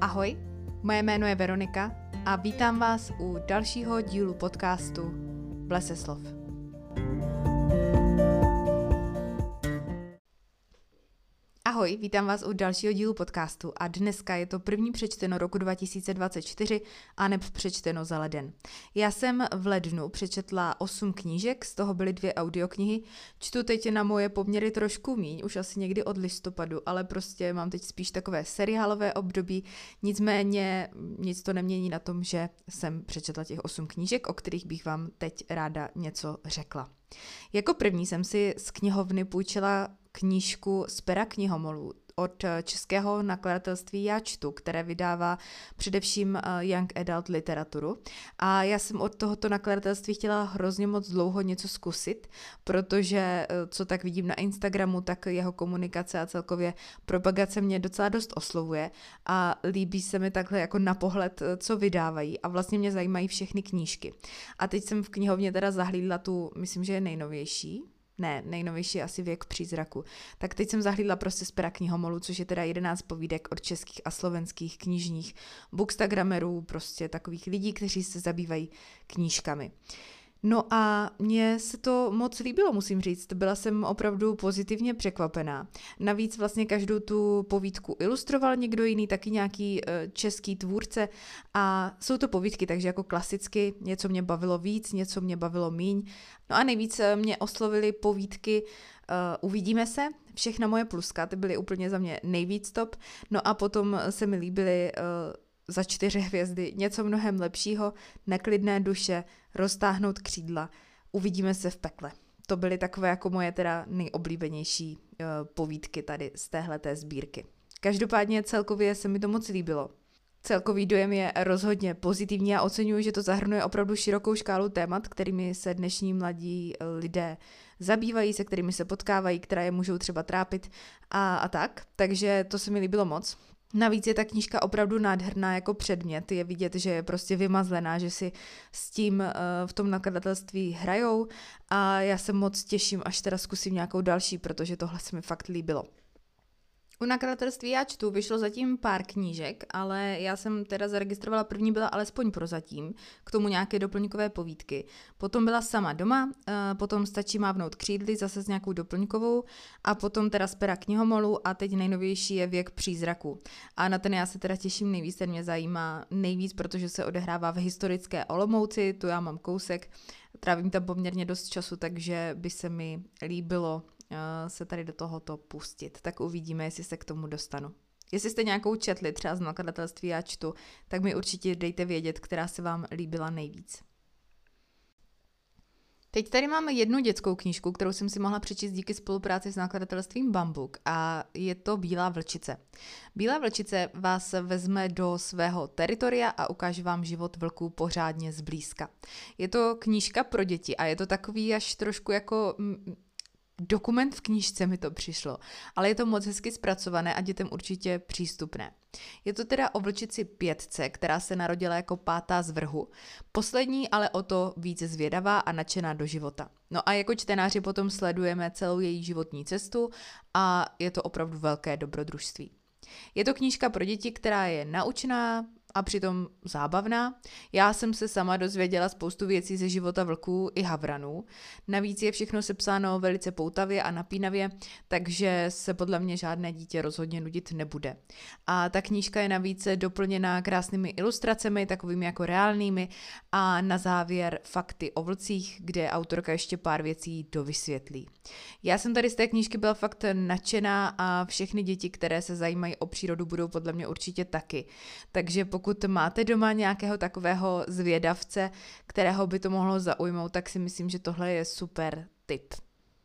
Ahoj, moje jméno je Veronika a vítám vás u dalšího dílu podcastu Bleseslov. Ahoj, vítám vás u dalšího dílu podcastu a dneska je to první přečteno roku 2024 a neb přečteno za leden. Já jsem v lednu přečetla 8 knížek, z toho byly 2 audioknihy. Čtu teď na moje poměry trošku míň, už asi někdy od listopadu, ale prostě mám teď spíš takové seriálové období, nicméně nic to nemění na tom, že jsem přečetla těch 8 knížek, o kterých bych vám teď ráda něco řekla. Jako první jsem si z knihovny půjčila knížku z pera knihomolů od českého nakladatelství Já čtu, které vydává především young adult literaturu. A já jsem od tohoto nakladatelství chtěla hrozně moc dlouho něco zkusit, protože co tak vidím na Instagramu, tak jeho komunikace a celkově propagace mě docela dost oslovuje a líbí se mi takhle jako na pohled, co vydávají a vlastně mě zajímají všechny knížky. A teď jsem v knihovně teda zahlídla tu, myslím, že je nejnovější, nejnovější asi Věk přízraku. Tak teď jsem zahlídla prostě z pera knihomolů, což je teda 11 povídek od českých a slovenských knižních bookstagramerů, prostě takových lidí, kteří se zabývají knížkami. No a mně se to moc líbilo, musím říct. Byla jsem opravdu pozitivně překvapená. Navíc vlastně každou tu povídku ilustroval někdo jiný, taky nějaký český tvůrce a jsou to povídky, takže jako klasicky něco mě bavilo víc, něco mě bavilo míň. No a nejvíc mě oslovily povídky Uvidíme se, Všechna moje pluska, ty byly úplně za mě nejvíc top. No a potom se mi líbily za 4 hvězdy něco mnohem lepšího, Neklidné duše, Roztáhnout křídla, Uvidíme se v pekle. To byly takové jako moje teda nejoblíbenější povídky tady z téhleté sbírky. Každopádně celkově se mi to moc líbilo. Celkový dojem je rozhodně pozitivní a oceňuji, že to zahrnuje opravdu širokou škálu témat, kterými se dnešní mladí lidé zabývají, se kterými se potkávají, které je můžou třeba trápit a tak. Takže to se mi líbilo moc. Navíc je ta knížka opravdu nádherná jako předmět, je vidět, že je prostě vymazlená, že si s tím v tom nakladatelství hrajou a já se moc těším, až teda zkusím nějakou další, protože tohle se mi fakt líbilo. U nakladatelství Já čtu vyšlo zatím pár knížek, ale já jsem teda zaregistrovala, první byla alespoň prozatím, k tomu nějaké doplňkové povídky. Potom byla Sama doma, potom Stačí mávnout křídly, zase s nějakou doplňkovou a potom teda z pera knihomolů a teď nejnovější je Věk přízraku. A na ten já se teda těším nejvíc, ten mě zajímá nejvíc, protože se odehrává v historické Olomouci, tu já mám kousek, trávím tam poměrně dost času, takže by se mi líbilo se tady do tohoto pustit. Tak uvidíme, jestli se k tomu dostanu. Jestli jste nějakou četli, třeba z nakladatelství Já čtu, tak mi určitě dejte vědět, která se vám líbila nejvíc. Teď tady máme jednu dětskou knížku, kterou jsem si mohla přečíst díky spolupráci s nakladatelstvím Bambuk a je to Bílá vlčice. Bílá vlčice vás vezme do svého teritoria a ukáže vám život vlků pořádně zblízka. Je to knížka pro děti a je to takový až trošku jako dokument v knížce mi to přišlo, ale je to moc hezky zpracované a dětem určitě přístupné. Je to teda o vlčici Pětce, která se narodila jako 5. z vrhu. Poslední ale o to víc zvědavá a nadšená do života. No a jako čtenáři potom sledujeme celou její životní cestu a je to opravdu velké dobrodružství. Je to knížka pro děti, která je naučná a přitom zábavná. Já jsem se sama dozvěděla spoustu věcí ze života vlků i havranů. Navíc je všechno sepsáno velice poutavě a napínavě, takže se podle mě žádné dítě rozhodně nudit nebude. A ta knížka je navíc doplněná krásnými ilustracemi, takovými jako reálnými a na závěr fakty o vlcích, kde autorka ještě pár věcí dovysvětlí. Já jsem tady z té knížky byla fakt nadšená a všechny děti, které se zajímají o přírodu, budou podle mě určitě taky. Takže pokud máte doma nějakého takového zvědavce, kterého by to mohlo zaujmout, tak si myslím, že tohle je super tip.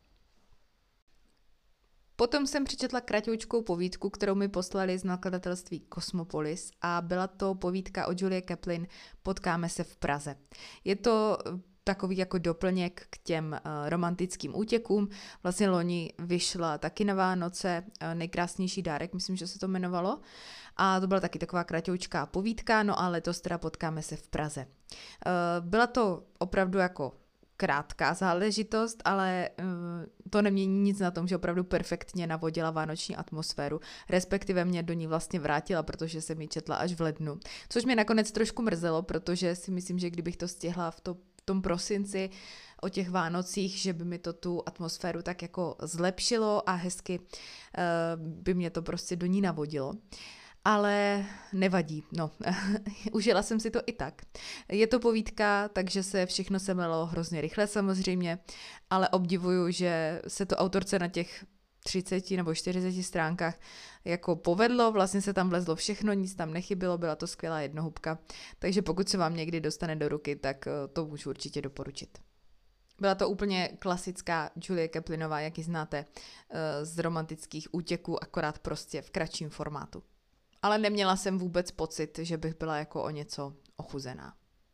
Potom jsem přečetla kratoučkou povídku, kterou mi poslali z nakladatelství Kosmopolis a byla to povídka od Julie Kaplan Potkáme se v Praze. Je to takový jako doplněk k těm romantickým útěkům. Vlastně loni vyšla taky na Vánoce Nejkrásnější dárek, myslím, že se to jmenovalo. A to byla taky taková kratoučká povídka, no a letos teda Potkáme se v Praze. Byla to opravdu jako krátká záležitost, ale to nemění nic na tom, že opravdu perfektně navodila vánoční atmosféru, respektive mě do ní vlastně vrátila, protože jsem ji četla až v lednu. Což mě nakonec trošku mrzelo, protože si myslím, že kdybych to stihla v tom prosinci o těch Vánocích, že by mi to tu atmosféru tak jako zlepšilo a hezky by mě to prostě do ní navodilo. Ale nevadí, no, užila jsem si to i tak. Je to povídka, takže se všechno semlelo hrozně rychle samozřejmě, ale obdivuju, že se to autorce na těch 30 nebo 40 stránkách jako povedlo, vlastně se tam vlezlo všechno, nic tam nechybilo, byla to skvělá jednohubka, takže pokud se vám někdy dostane do ruky, tak to můžu určitě doporučit. Byla to úplně klasická Julie Kaplinová, jak ji znáte z romantických útěků, akorát prostě v kratším formátu. Ale neměla jsem vůbec pocit, že bych byla jako o něco ochuzená.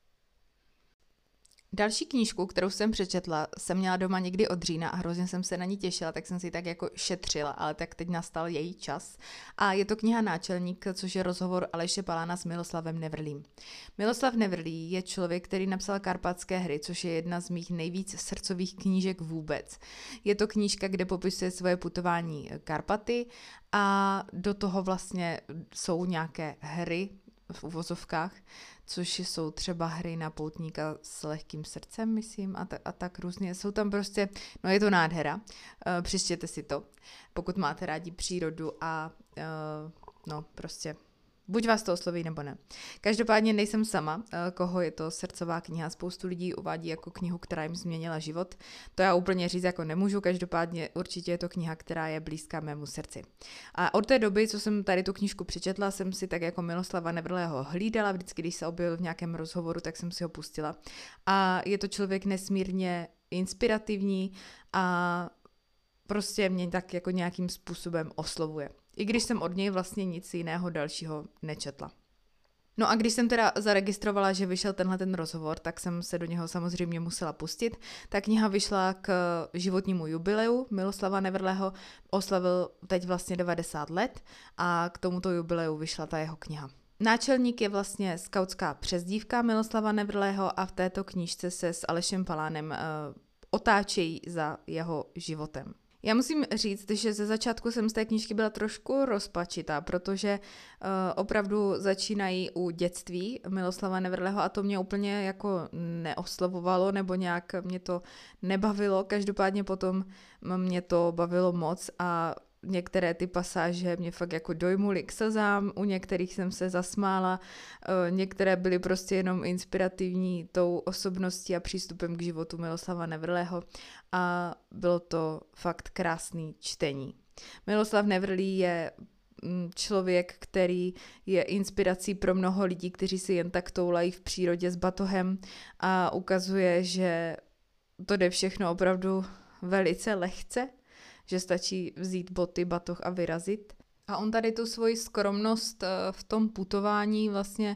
Další knížku, kterou jsem přečetla, jsem měla doma někdy od října a hrozně jsem se na ní těšila, tak jsem si tak jako šetřila, ale tak teď nastal její čas. A je to kniha Náčelník, což je rozhovor Aleše Palána s Miloslavem Nevrlým. Miloslav Nevrlý je člověk, který napsal Karpatské hry, což je jedna z mých nejvíc srdcových knížek vůbec. Je to knížka, kde popisuje svoje putování Karpaty a do toho vlastně jsou nějaké hry v uvozovkách, což jsou třeba hry na poutníka s lehkým srdcem, myslím, a tak různě. Jsou tam prostě, no je to nádhera, přečtěte si to, pokud máte rádi přírodu a no prostě buď vás to osloví, nebo ne. Každopádně nejsem sama, koho je to srdcová kniha. Spoustu lidí uvádí jako knihu, která jim změnila život. To já úplně říct jako nemůžu, každopádně určitě je to kniha, která je blízká mému srdci. A od té doby, co jsem tady tu knížku přečetla, jsem si tak jako Miloslava Nevrlého hlídala. Vždycky, když se objevil v nějakém rozhovoru, tak jsem si ho pustila. A je to člověk nesmírně inspirativní a prostě mě tak jako nějakým způsobem oslovuje. I když jsem od něj vlastně nic jiného dalšího nečetla. No a když jsem teda zaregistrovala, že vyšel tenhle ten rozhovor, tak jsem se do něho samozřejmě musela pustit. Ta kniha vyšla k životnímu jubileu Miloslava Nevrlého, oslavil teď vlastně 90 let a k tomuto jubileu vyšla ta jeho kniha. Náčelník je vlastně skautská přezdívka Miloslava Nevrlého a v této knížce se s Alešem Palánem otáčejí za jeho životem. Já musím říct, že ze začátku jsem z té knížky byla trošku rozpačitá, protože opravdu začínají u dětství Miloslava Nevrlého a to mě úplně jako neoslovovalo nebo nějak mě to nebavilo. Každopádně potom mě to bavilo moc a některé ty pasáže mě fakt jako dojmuly k slzám, u některých jsem se zasmála, některé byly prostě jenom inspirativní tou osobností a přístupem k životu Miloslava Nevrlého a bylo to fakt krásný čtení. Miloslav Nevrlý je člověk, který je inspirací pro mnoho lidí, kteří si jen tak toulají v přírodě s batohem a ukazuje, že to jde všechno opravdu velice lehce, že stačí vzít boty, batoh a vyrazit. A on tady tu svoji skromnost v tom putování vlastně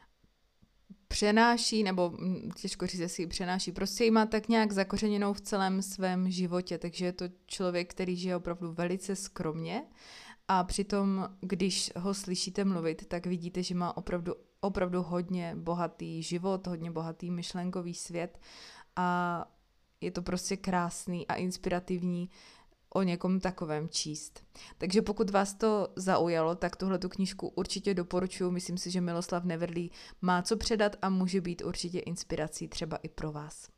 přenáší, nebo těžko říct, jestli ji přenáší, prostě ji má tak nějak zakořeněnou v celém svém životě, takže je to člověk, který žije opravdu velice skromně a přitom, když ho slyšíte mluvit, tak vidíte, že má opravdu hodně bohatý život, hodně bohatý myšlenkový svět a je to prostě krásný a inspirativní o někom takovém číst. Takže pokud vás to zaujalo, tak tuhletu knížku určitě doporučuji. Myslím si, že Miloslav Nevrlý má co předat a může být určitě inspirací třeba i pro vás.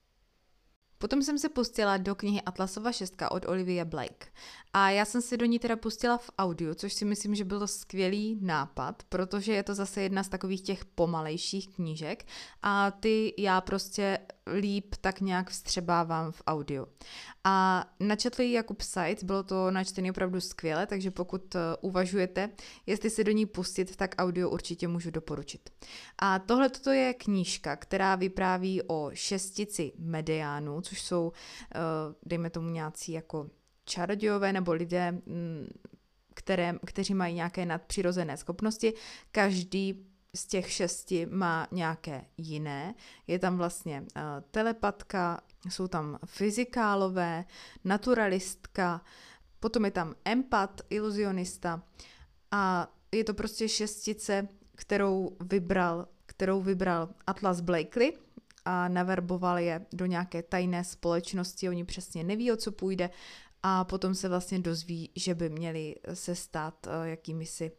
Potom jsem se pustila do knihy Atlasova šestka od Olivie Blake. A já jsem si do ní teda pustila v audiu, což si myslím, že byl skvělý nápad, protože je to zase jedna z takových těch pomalejších knížek a ty já prostě líp tak nějak vstřebávám v audiu. A načetl ji Jakub Seitz, bylo to načtený opravdu skvěle, takže pokud uvažujete, jestli se do ní pustit, tak audio určitě můžu doporučit. A tohle toto je knížka, která vypráví o šestici Mediánů, což jsou, dejme tomu, nějací jako čarodějové nebo lidé, kteří mají nějaké nadpřirozené schopnosti. Každý z těch 6 má nějaké jiné. Je tam vlastně telepatka, jsou tam fyzikálové, naturalistka, potom je tam empat, iluzionista a je to prostě 6, kterou vybral Atlas Blakely a naverboval je do nějaké tajné společnosti, oni přesně neví, o co půjde a potom se vlastně dozví, že by měli se stát jakýmisi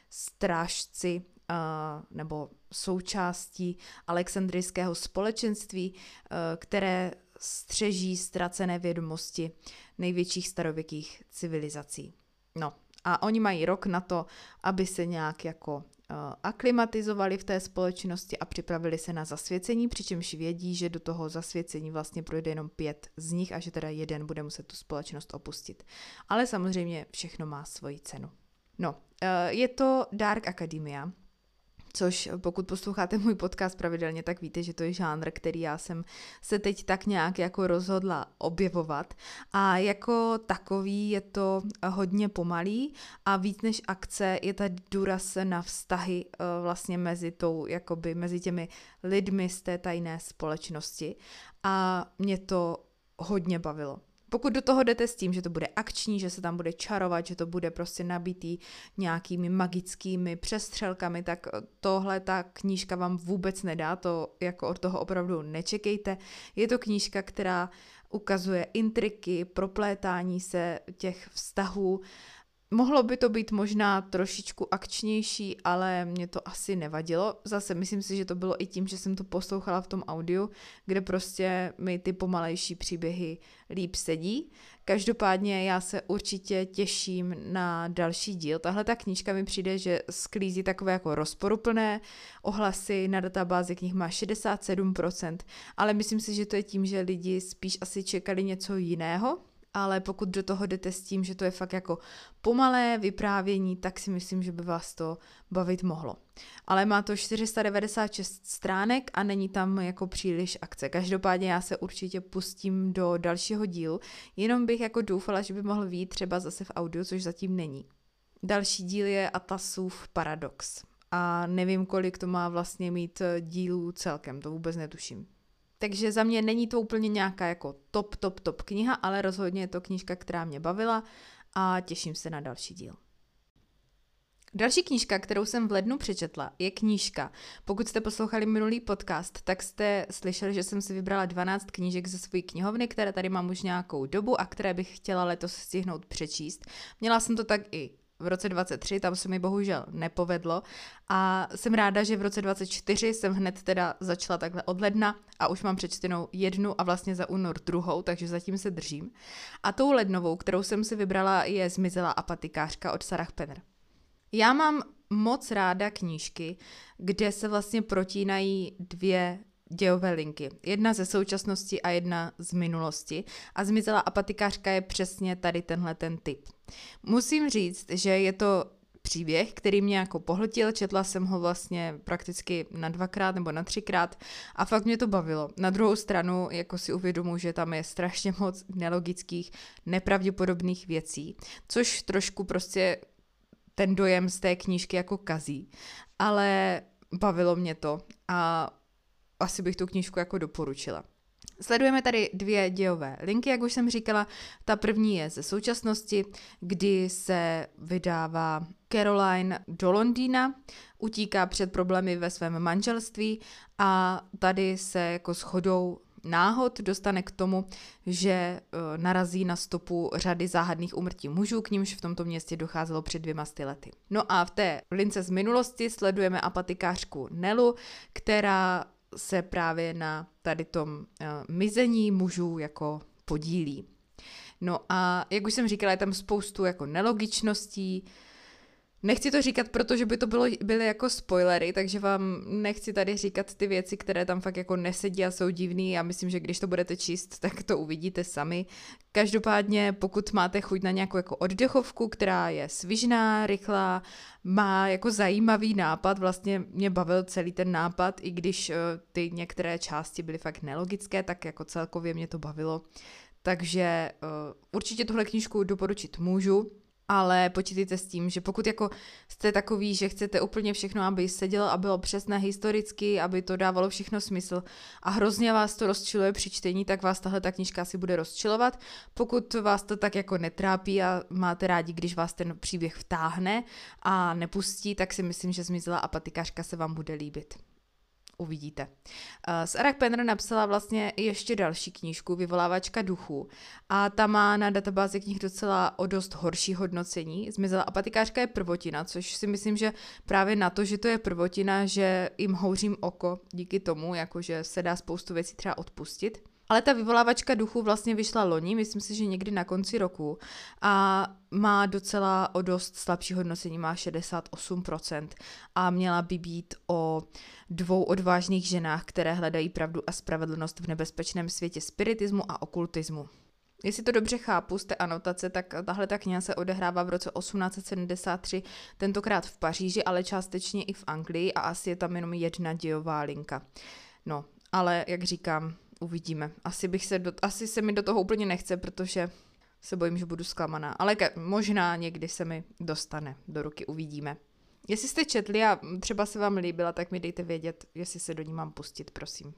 strážci nebo součástí alexandrijského společenství, které střeží ztracené vědomosti největších starověkých civilizací. No a oni mají rok na to, aby se nějak jako aklimatizovali v té společnosti a připravili se na zasvěcení, přičemž vědí, že do toho zasvěcení vlastně projde jenom 5 z nich a že teda jeden bude muset tu společnost opustit. Ale samozřejmě všechno má svoji cenu. No, je to Dark Academia, což pokud posloucháte můj podcast pravidelně, tak víte, že to je žánr, který já jsem se teď tak nějak jako rozhodla objevovat a jako takový je to hodně pomalý a víc než akce je tady důraz na vztahy vlastně mezi těmi lidmi z té tajné společnosti a mě to hodně bavilo. Pokud do toho jdete s tím, že to bude akční, že se tam bude čarovat, že to bude prostě nabitý nějakými magickými přestřelkami, tak tohle ta knížka vám vůbec nedá, to jako od toho opravdu nečekejte. Je to knížka, která ukazuje intriky, proplétání se těch vztahů. Mohlo by to být možná trošičku akčnější, ale mě to asi nevadilo. Zase myslím si, že to bylo i tím, že jsem to poslouchala v tom audiu, kde prostě mi ty pomalejší příběhy líp sedí. Každopádně já se určitě těším na další díl. Tahle ta knížka mi přijde, že sklízí takové jako rozporuplné ohlasy, na databázi knih má 67%, ale myslím si, že to je tím, že lidi spíš asi čekali něco jiného. Ale pokud do toho jdete s tím, že to je fakt jako pomalé vyprávění, tak si myslím, že by vás to bavit mohlo. Ale má to 496 stránek a není tam jako příliš akce. Každopádně já se určitě pustím do dalšího dílu, jenom bych jako doufala, že by mohl vyjít třeba zase v audio, což zatím není. Další díl je Atasův paradox a nevím, kolik to má vlastně mít dílů celkem, to vůbec netuším. Takže za mě není to úplně nějaká jako top kniha, ale rozhodně je to knížka, která mě bavila a těším se na další díl. Další knížka, kterou jsem v lednu přečetla, je knížka. Pokud jste poslouchali minulý podcast, tak jste slyšeli, že jsem si vybrala 12 knížek ze své knihovny, které tady mám už nějakou dobu a které bych chtěla letos stihnout přečíst. Měla jsem to tak i v roce 2023, tam se mi bohužel nepovedlo a jsem ráda, že v roce 2024 jsem hned teda začala takhle od ledna a už mám přečtenou jednu a vlastně za únor druhou, takže zatím se držím. A tou lednovou, kterou jsem si vybrala, je Zmizelá apatikářka od Sarah Penner. Já mám moc ráda knížky, kde se vlastně protínají dvě dějové linky. Jedna ze současnosti a jedna z minulosti. A Zmizelá apatikářka je přesně tady tenhle ten typ. Musím říct, že je to příběh, který mě jako pohltil, četla jsem ho vlastně prakticky na 2x nebo na 3x a fakt mě to bavilo. Na druhou stranu jako si uvědomuji, že tam je strašně moc nelogických, nepravděpodobných věcí, což trošku prostě ten dojem z té knížky jako kazí. Ale bavilo mě to a asi bych tu knížku jako doporučila. Sledujeme tady dvě dějové linky, jak už jsem říkala. Ta první je ze současnosti, kdy se vydává Caroline do Londýna, utíká před problémy ve svém manželství a tady se jako shodou náhod dostane k tomu, že narazí na stopu řady záhadných úmrtí mužů, k nímž v tomto městě docházelo před 200 lety. No a v té lince z minulosti sledujeme apatikářku Nelu, která se právě na tady tom mizení mužů jako podílí. No a jak už jsem říkala, je tam spoustu jako nelogičností. Nechci to říkat, protože by to byly jako spoilery, takže vám nechci tady říkat ty věci, které tam fakt jako nesedí a jsou divný. Já myslím, že když to budete číst, tak to uvidíte sami. Každopádně, pokud máte chuť na nějakou jako oddechovku, která je svižná, rychlá, má jako zajímavý nápad, vlastně mě bavil celý ten nápad, i když ty některé části byly fakt nelogické, tak jako celkově mě to bavilo. Takže určitě tuhle knížku doporučit můžu. Ale počítejte s tím, že pokud jako jste takový, že chcete úplně všechno, aby sedělo a bylo přesné historicky, aby to dávalo všechno smysl a hrozně vás to rozčiluje při čtení, tak vás tahle ta knížka asi bude rozčilovat. Pokud vás to tak jako netrápí a máte rádi, když vás ten příběh vtáhne a nepustí, tak si myslím, že Zmizelá apatikářka se vám bude líbit. Uvidíte. Sarah Penner napsala vlastně ještě další knížku, Vyvolávačka duchů, a ta má na databázi knih docela o dost horší hodnocení. Zmizela apatikářka je prvotina, což si myslím, že právě na to, že to je prvotina, že jim houřím oko díky tomu, jakože se dá spoustu věcí třeba odpustit. Ale ta Vyvolávačka duchů vlastně vyšla loni, myslím si, že někdy na konci roku, a má docela o dost slabší hodnocení, má 68% a měla by být o 2 odvážných ženách, které hledají pravdu a spravedlnost v nebezpečném světě spiritismu a okultismu. Jestli to dobře chápu z té anotace, tak tahle ta kniha se odehrává v roce 1873, tentokrát v Paříži, ale částečně i v Anglii, a asi je tam jenom jedna dějová linka. No, ale jak říkám, uvidíme. Asi se mi do toho úplně nechce, protože se bojím, že budu zklamaná. Ale možná někdy se mi dostane do ruky, uvidíme. Jestli jste četli a třeba se vám líbila, tak mi dejte vědět, jestli se do ní mám pustit, prosím.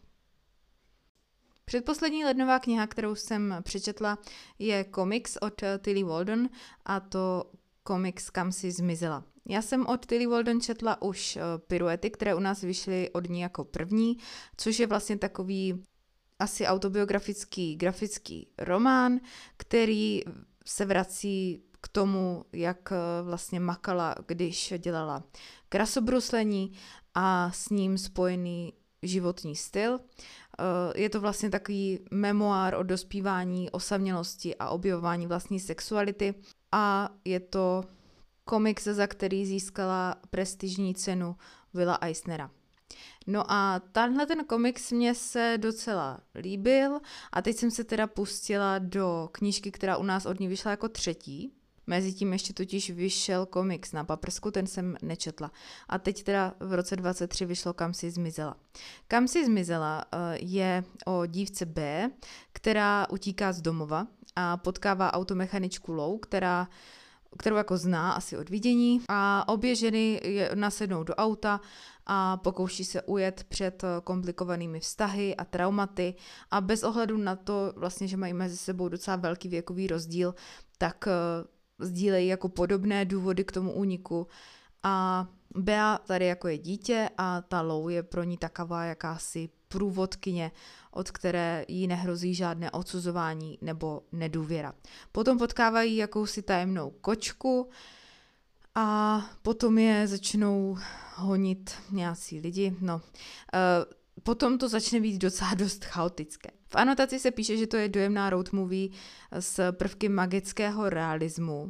Předposlední lednová kniha, kterou jsem přečetla, je komiks od Tillie Walden, a to komiks Kam si zmizela. Já jsem od Tillie Walden četla už Piruety, které u nás vyšly od ní jako první, což je vlastně takový asi autobiografický grafický román, který se vrací k tomu, jak vlastně makala, když dělala krasobruslení a s ním spojený životní styl. Je to vlastně takový memoár o dospívání, osamělosti a objevování vlastní sexuality, a je to komiks, za který získala prestižní cenu Willa Eisnera. No a tenhle ten komiks mě se docela líbil a teď jsem se teda pustila do knížky, která u nás od ní vyšla jako třetí. Mezitím ještě totiž vyšel komiks na paprsku, ten jsem nečetla. A teď teda v roce 2023 vyšlo Kam si zmizela. Kam si zmizela je o dívce B, která utíká z domova a potkává automechaničku Lou, kterou jako zná asi od vidění, a obě ženy nasednou do auta a pokouší se ujet před komplikovanými vztahy a traumaty, a bez ohledu na to, vlastně, že mají mezi sebou docela velký věkový rozdíl, tak sdílejí jako podobné důvody k tomu úniku. A Bea tady jako je dítě a ta Lou je pro ní taková jakási průvodkyně, od které jí nehrozí žádné odsuzování nebo nedůvěra. Potom potkávají jakousi tajemnou kočku a potom je začnou honit nějací lidi. Potom to začne být docela dost chaotické. V anotaci se píše, že to je dojemná road movie s prvky magického realismu,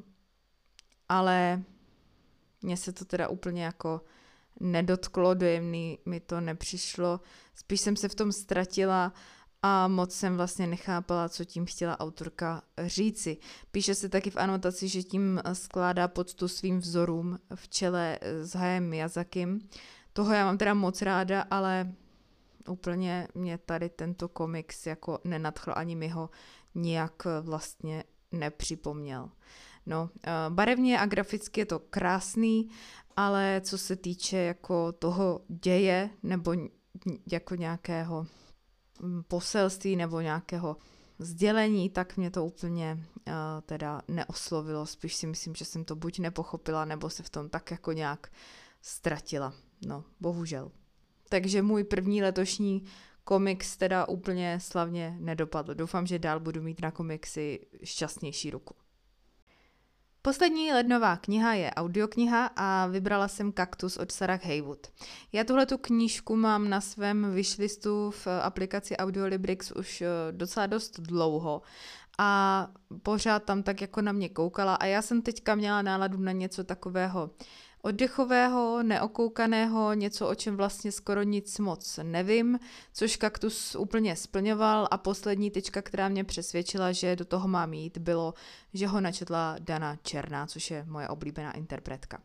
ale mně se to teda úplně jako nedotklo, dojemný mi to nepřišlo, spíš jsem se v tom ztratila a moc jsem vlastně nechápala, co tím chtěla autorka říci. Píše se taky v anotaci, že tím skládá poctu svým vzorům v čele s Hayem Miyazakim. Toho já mám teda moc ráda, ale úplně mě tady tento komiks jako nenadchl, ani mi ho nijak vlastně nepřipomněl. Barevně a graficky je to krásný, ale co se týče jako toho děje nebo jako nějakého poselství nebo nějakého sdělení, tak mě to úplně teda neoslovilo. Spíš si myslím, že jsem to buď nepochopila, nebo se v tom tak jako nějak ztratila. Bohužel. Takže můj první letošní komiks teda úplně slavně nedopadl. Doufám, že dál budu mít na komiksy šťastnější ruku. Poslední lednová kniha je audiokniha a vybrala jsem Kaktus od Sarah Haywood. Já tuhletu knížku mám na svém wishlistu v aplikaci Audiolibrix už docela dost dlouho a pořád tam tak jako na mě koukala, a já jsem teďka měla náladu na něco takového oddechového, neokoukaného, něco, o čem vlastně skoro nic moc nevím, což Kaktus úplně splňoval, a poslední tečka, která mě přesvědčila, že do toho mám jít, bylo, že ho načetla Dana Černá, což je moje oblíbená interpretka.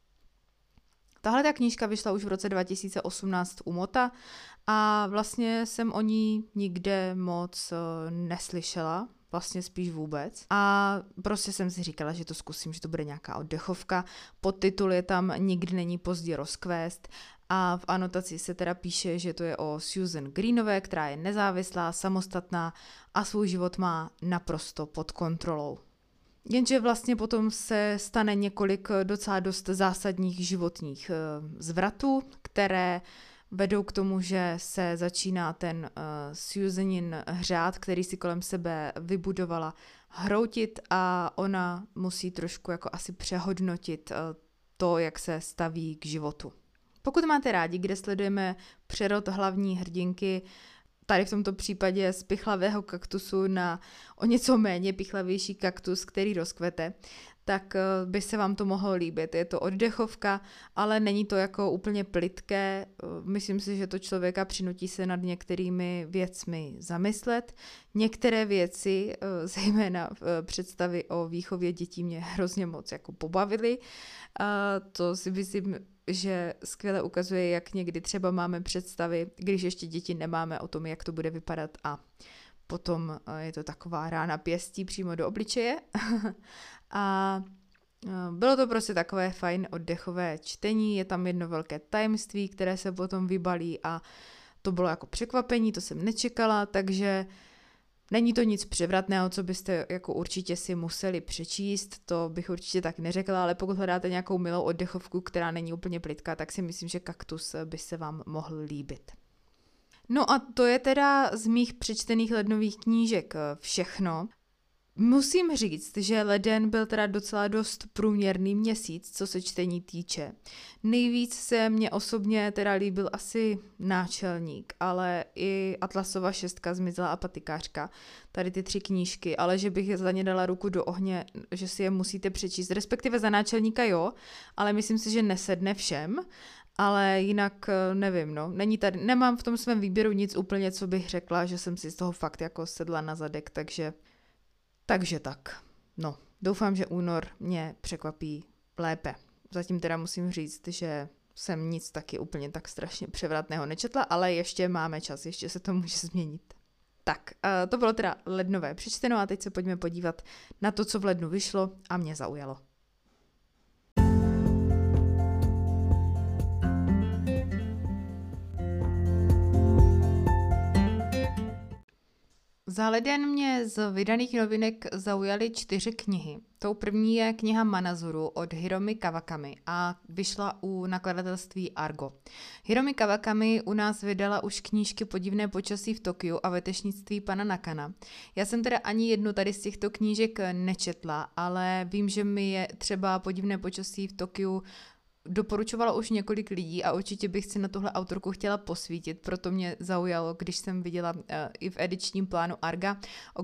Tahle ta knížka vyšla už v roce 2018 u Mota a vlastně jsem o ní nikde moc neslyšela, vlastně spíš vůbec. A prostě jsem si říkala, že to zkusím, že to bude nějaká oddechovka. Podtitul je tam Nikdy není pozdě rozkvést a v anotaci se teda píše, že to je o Susan Greenové, která je nezávislá, samostatná a svůj život má naprosto pod kontrolou. Jenže vlastně potom se stane několik docela dost zásadních životních zvratů, které vedou k tomu, že se začíná ten Susanin hřád, který si kolem sebe vybudovala, hroutit a ona musí trošku jako asi přehodnotit to, jak se staví k životu. Pokud máte rádi, kde sledujeme přerod hlavní hrdinky, tady v tomto případě z pichlavého kaktusu na o něco méně pichlavější kaktus, který rozkvete, tak by se vám to mohlo líbit. Je to oddechovka, ale není to jako úplně plytké. Myslím si, že to člověka přinutí se nad některými věcmi zamyslet. Některé věci, zejména představy o výchově dětí, mě hrozně moc jako pobavily. To si myslím, že skvěle ukazuje, jak někdy třeba máme představy, když ještě děti nemáme, o tom, jak to bude vypadat a potom je to taková rána pěstí přímo do obličeje. A bylo to prostě takové fajn oddechové čtení, je tam jedno velké tajemství, které se potom vybalí a to bylo jako překvapení, to jsem nečekala, takže není to nic převratného, co byste jako určitě si museli přečíst, to bych určitě tak neřekla, ale pokud hledáte nějakou milou oddechovku, která není úplně plytká, tak si myslím, že Kaktus by se vám mohl líbit. No a to je teda z mých přečtených lednových knížek všechno. Musím říct, že leden byl teda docela dost průměrný měsíc, co se čtení týče. Nejvíc se mně osobně teda líbil asi Náčelník, ale i Atlasova 6 Zmizelá a Patikářka, tady ty 3 knížky, ale že bych za ně dala ruku do ohně, že si je musíte přečíst, respektive za Náčelníka jo, ale myslím si, že nesedne všem. Ale jinak nevím, no, nemám v tom svém výběru nic úplně, co bych řekla, že jsem si z toho fakt jako sedla na zadek, takže tak. No, doufám, že únor mě překvapí lépe. Zatím teda musím říct, že jsem nic taky úplně tak strašně převratného nečetla, ale ještě máme čas, ještě se to může změnit. Tak, to bylo teda lednové přečteno a teď se pojďme podívat na to, co v lednu vyšlo a mě zaujalo. Za leden mě z vydaných novinek zaujaly 4 knihy. Tou první je kniha Manazuru od Hiromi Kawakami a vyšla u nakladatelství Argo. Hiromi Kawakami u nás vydala už knížky Podivné počasí v Tokiu a Vetešnictví pana Nakana. Já jsem teda ani jednu tady z těchto knížek nečetla, ale vím, že mi je třeba Podivné počasí v Tokiu doporučovalo už několik lidí a určitě bych si na tuhle autorku chtěla posvítit, proto mě zaujalo, když jsem viděla i v edičním plánu Arga,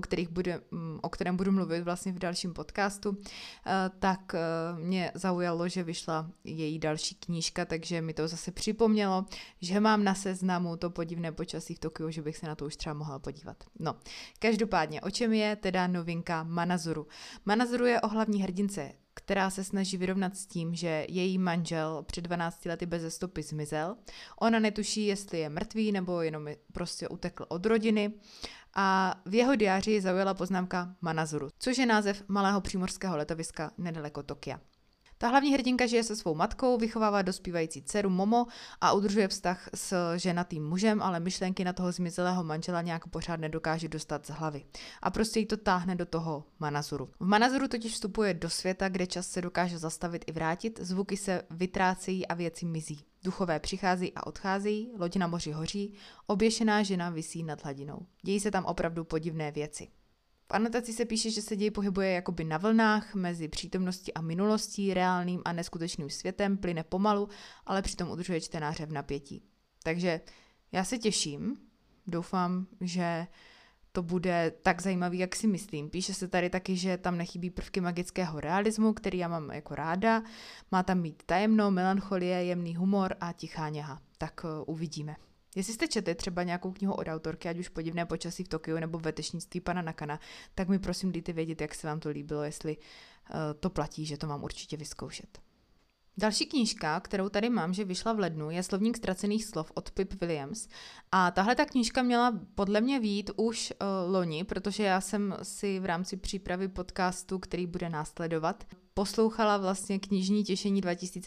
o kterém budu mluvit vlastně v dalším podcastu, tak mě zaujalo, že vyšla její další knížka, takže mi to zase připomnělo, že mám na seznamu to Podivné počasí v Tokiu, že bych se na to už třeba mohla podívat. No, každopádně, o čem je teda novinka Manazuru? Manazuru je o hlavní hrdince, která se snaží vyrovnat s tím, že její manžel před 12 lety beze stopy zmizel. Ona netuší, jestli je mrtvý nebo jenom prostě utekl od rodiny. A v jeho diáři je zaujala poznámka Manazuru, což je název malého přímořského letoviska nedaleko Tokia. Ta hlavní hrdinka žije se svou matkou, vychovává dospívající dceru Momo a udržuje vztah s ženatým mužem, ale myšlenky na toho zmizelého manžela nějak pořád nedokáže dostat z hlavy. A prostě jí to táhne do toho Manazuru. V Manazuru totiž vstupuje do světa, kde čas se dokáže zastavit i vrátit, zvuky se vytrácejí a věci mizí. Duchové přicházejí a odcházejí, loď na moři hoří, oběšená žena visí nad hladinou. Dějí se tam opravdu podivné věci. V anotaci se píše, že se děj pohybuje jakoby na vlnách mezi přítomností a minulostí, reálným a neskutečným světem, plyne pomalu, ale přitom udržuje čtenáře v napětí. Takže já se těším, doufám, že to bude tak zajímavý, jak si myslím. Píše se tady taky, že tam nechybí prvky magického realismu, který já mám jako ráda. Má tam být tajemno, melancholie, jemný humor a tichá něha. Tak uvidíme. Jestli jste četli třeba nějakou knihu od autorky, ať už Podivné počasí v Tokiu nebo Vetešnictví pana Nakana, tak mi prosím dejte vědět, jak se vám to líbilo, jestli to platí, že to mám určitě vyzkoušet. Další knížka, kterou tady mám, že vyšla v lednu, je Slovník ztracených slov od Pip Williams. A tahle ta knížka měla podle mě vyjít už loni, protože já jsem si v rámci přípravy podcastu, který bude následovat, poslouchala vlastně knižní těšení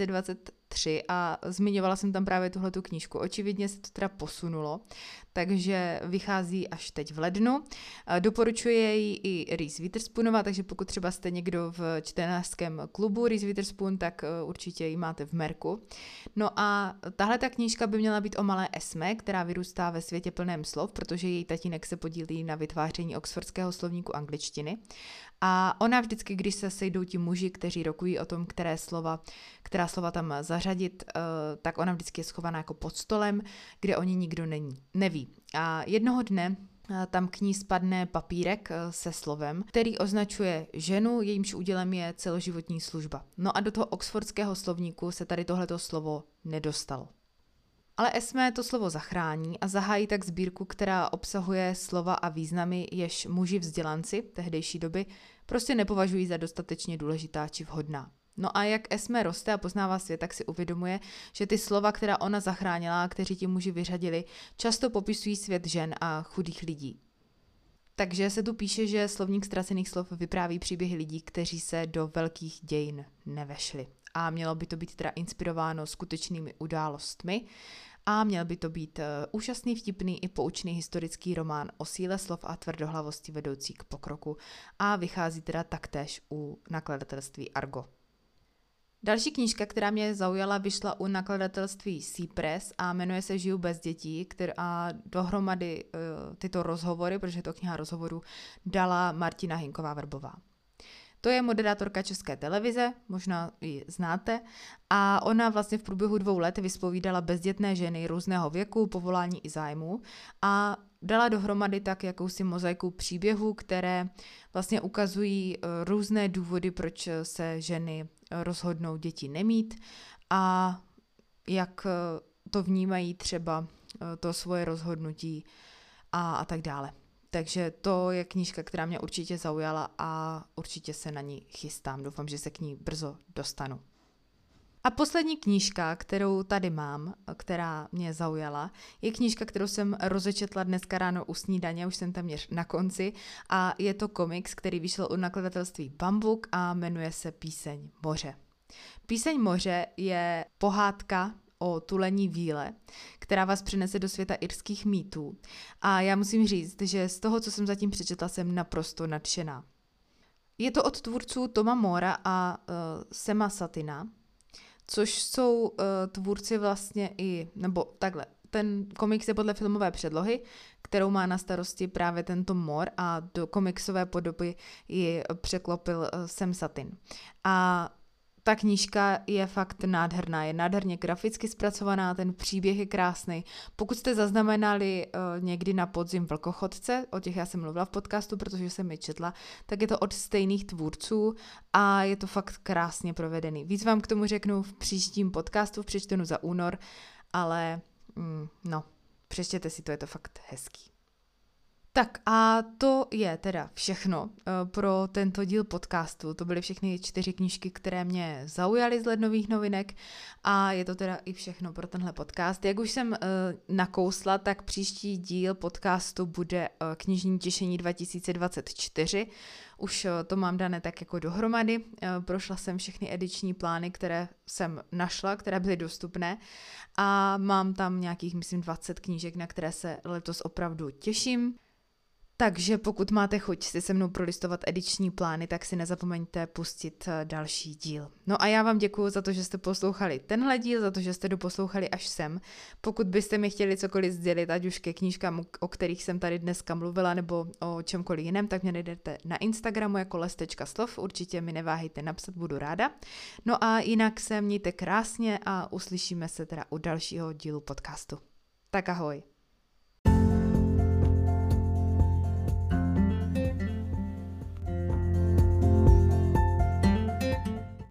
2023 a zmiňovala jsem tam právě tuhletu knížku. Očividně se to teda posunulo, takže vychází až teď v lednu. Doporučuje ji i Reese Witherspoonová, takže pokud třeba jste někdo v čtenářském klubu Reese Witherspoon, tak určitě ji máte v merku. No a tahle ta knížka by měla být o malé Esme, která vyrůstá ve světě plném slov, protože její tatínek se podílí na vytváření oxfordského slovníku angličtiny. A ona vždycky, když se sejdou ti muži, kteří rokují o tom, která slova tam zařadit, tak ona vždycky je schovaná jako pod stolem, kde o ní nikdo neví. A jednoho dne tam k ní spadne papírek se slovem, který označuje ženu, jejímž údělem je celoživotní služba. No a do toho oxfordského slovníku se tady tohleto slovo nedostalo. Ale Esme to slovo zachrání a zahájí tak sbírku, která obsahuje slova a významy, jež muži vzdělanci tehdejší doby prostě nepovažují za dostatečně důležitá či vhodná. No a jak Esme roste a poznává svět, tak si uvědomuje, že ty slova, která ona zachránila a kteří ti muži vyřadili, často popisují svět žen a chudých lidí. Takže se tu píše, že slovník ztracených slov vypráví příběhy lidí, kteří se do velkých dějin nevešli. A mělo by to být teda inspirováno skutečnými událostmi a měl by to být úžasný, vtipný i poučný historický román o síle slov a tvrdohlavosti vedoucí k pokroku a vychází teda taktéž u nakladatelství Argo. Další knížka, která mě zaujala, vyšla u nakladatelství Seapress a jmenuje se Žiju bez dětí, a dohromady tyto rozhovory, protože je to kniha rozhovorů, dala Martina Hinková-Vrbová. To je moderátorka České televize, možná ji znáte, a ona vlastně v průběhu 2 let vyspovídala bezdětné ženy různého věku, povolání i zájmu a dala dohromady tak jakousi mozaiku příběhů, které vlastně ukazují různé důvody, proč se ženy rozhodnou děti nemít a jak to vnímají třeba to svoje rozhodnutí a tak dále. Takže to je knížka, která mě určitě zaujala a určitě se na ní chystám. Doufám, že se k ní brzo dostanu. A poslední knížka, kterou tady mám, která mě zaujala, je knížka, kterou jsem rozečetla dneska ráno u snídaně, už jsem téměř na konci, a je to komiks, který vyšel u nakladatelství Bambuk a jmenuje se Píseň moře. Píseň moře je pohádka o tulení víle, která vás přinese do světa irských mýtů. A já musím říct, že z toho, co jsem zatím přečetla, jsem naprosto nadšená. Je to od tvůrců Toma Moora a Sema Satina, což jsou tvůrci vlastně nebo takhle, ten komiks je podle filmové předlohy, kterou má na starosti právě ten Tom Moore a do komiksové podoby ji překlopil Sam Satin. A ta knížka je fakt nádherná, je nádherně graficky zpracovaná, ten příběh je krásný. Pokud jste zaznamenali někdy na podzim Vlkochodce, o těch já jsem mluvila v podcastu, protože jsem je četla, tak je to od stejných tvůrců a je to fakt krásně provedený. Víc vám k tomu řeknu v příštím podcastu, v přečtenu za únor, ale přečtěte si to, je to fakt hezký. Tak a to je teda všechno pro tento díl podcastu. To byly všechny 4 knížky, které mě zaujaly z lednových novinek a je to teda i všechno pro tenhle podcast. Jak už jsem nakousla, tak příští díl podcastu bude knižní těšení 2024. Už to mám dané tak jako dohromady. Prošla jsem všechny ediční plány, které jsem našla, které byly dostupné a mám tam nějakých, myslím, 20 knížek, na které se letos opravdu těším. Takže pokud máte chuť si se mnou prolistovat ediční plány, tak si nezapomeňte pustit další díl. No a já vám děkuju za to, že jste poslouchali tenhle díl, za to, že jste doposlouchali až sem. Pokud byste mi chtěli cokoliv sdělit, ať už ke knížkám, o kterých jsem tady dneska mluvila, nebo o čemkoliv jiném, tak mě najdete na Instagramu jako les.slov, určitě mi neváhejte napsat, budu ráda. No a jinak se mějte krásně a uslyšíme se teda u dalšího dílu podcastu. Tak ahoj.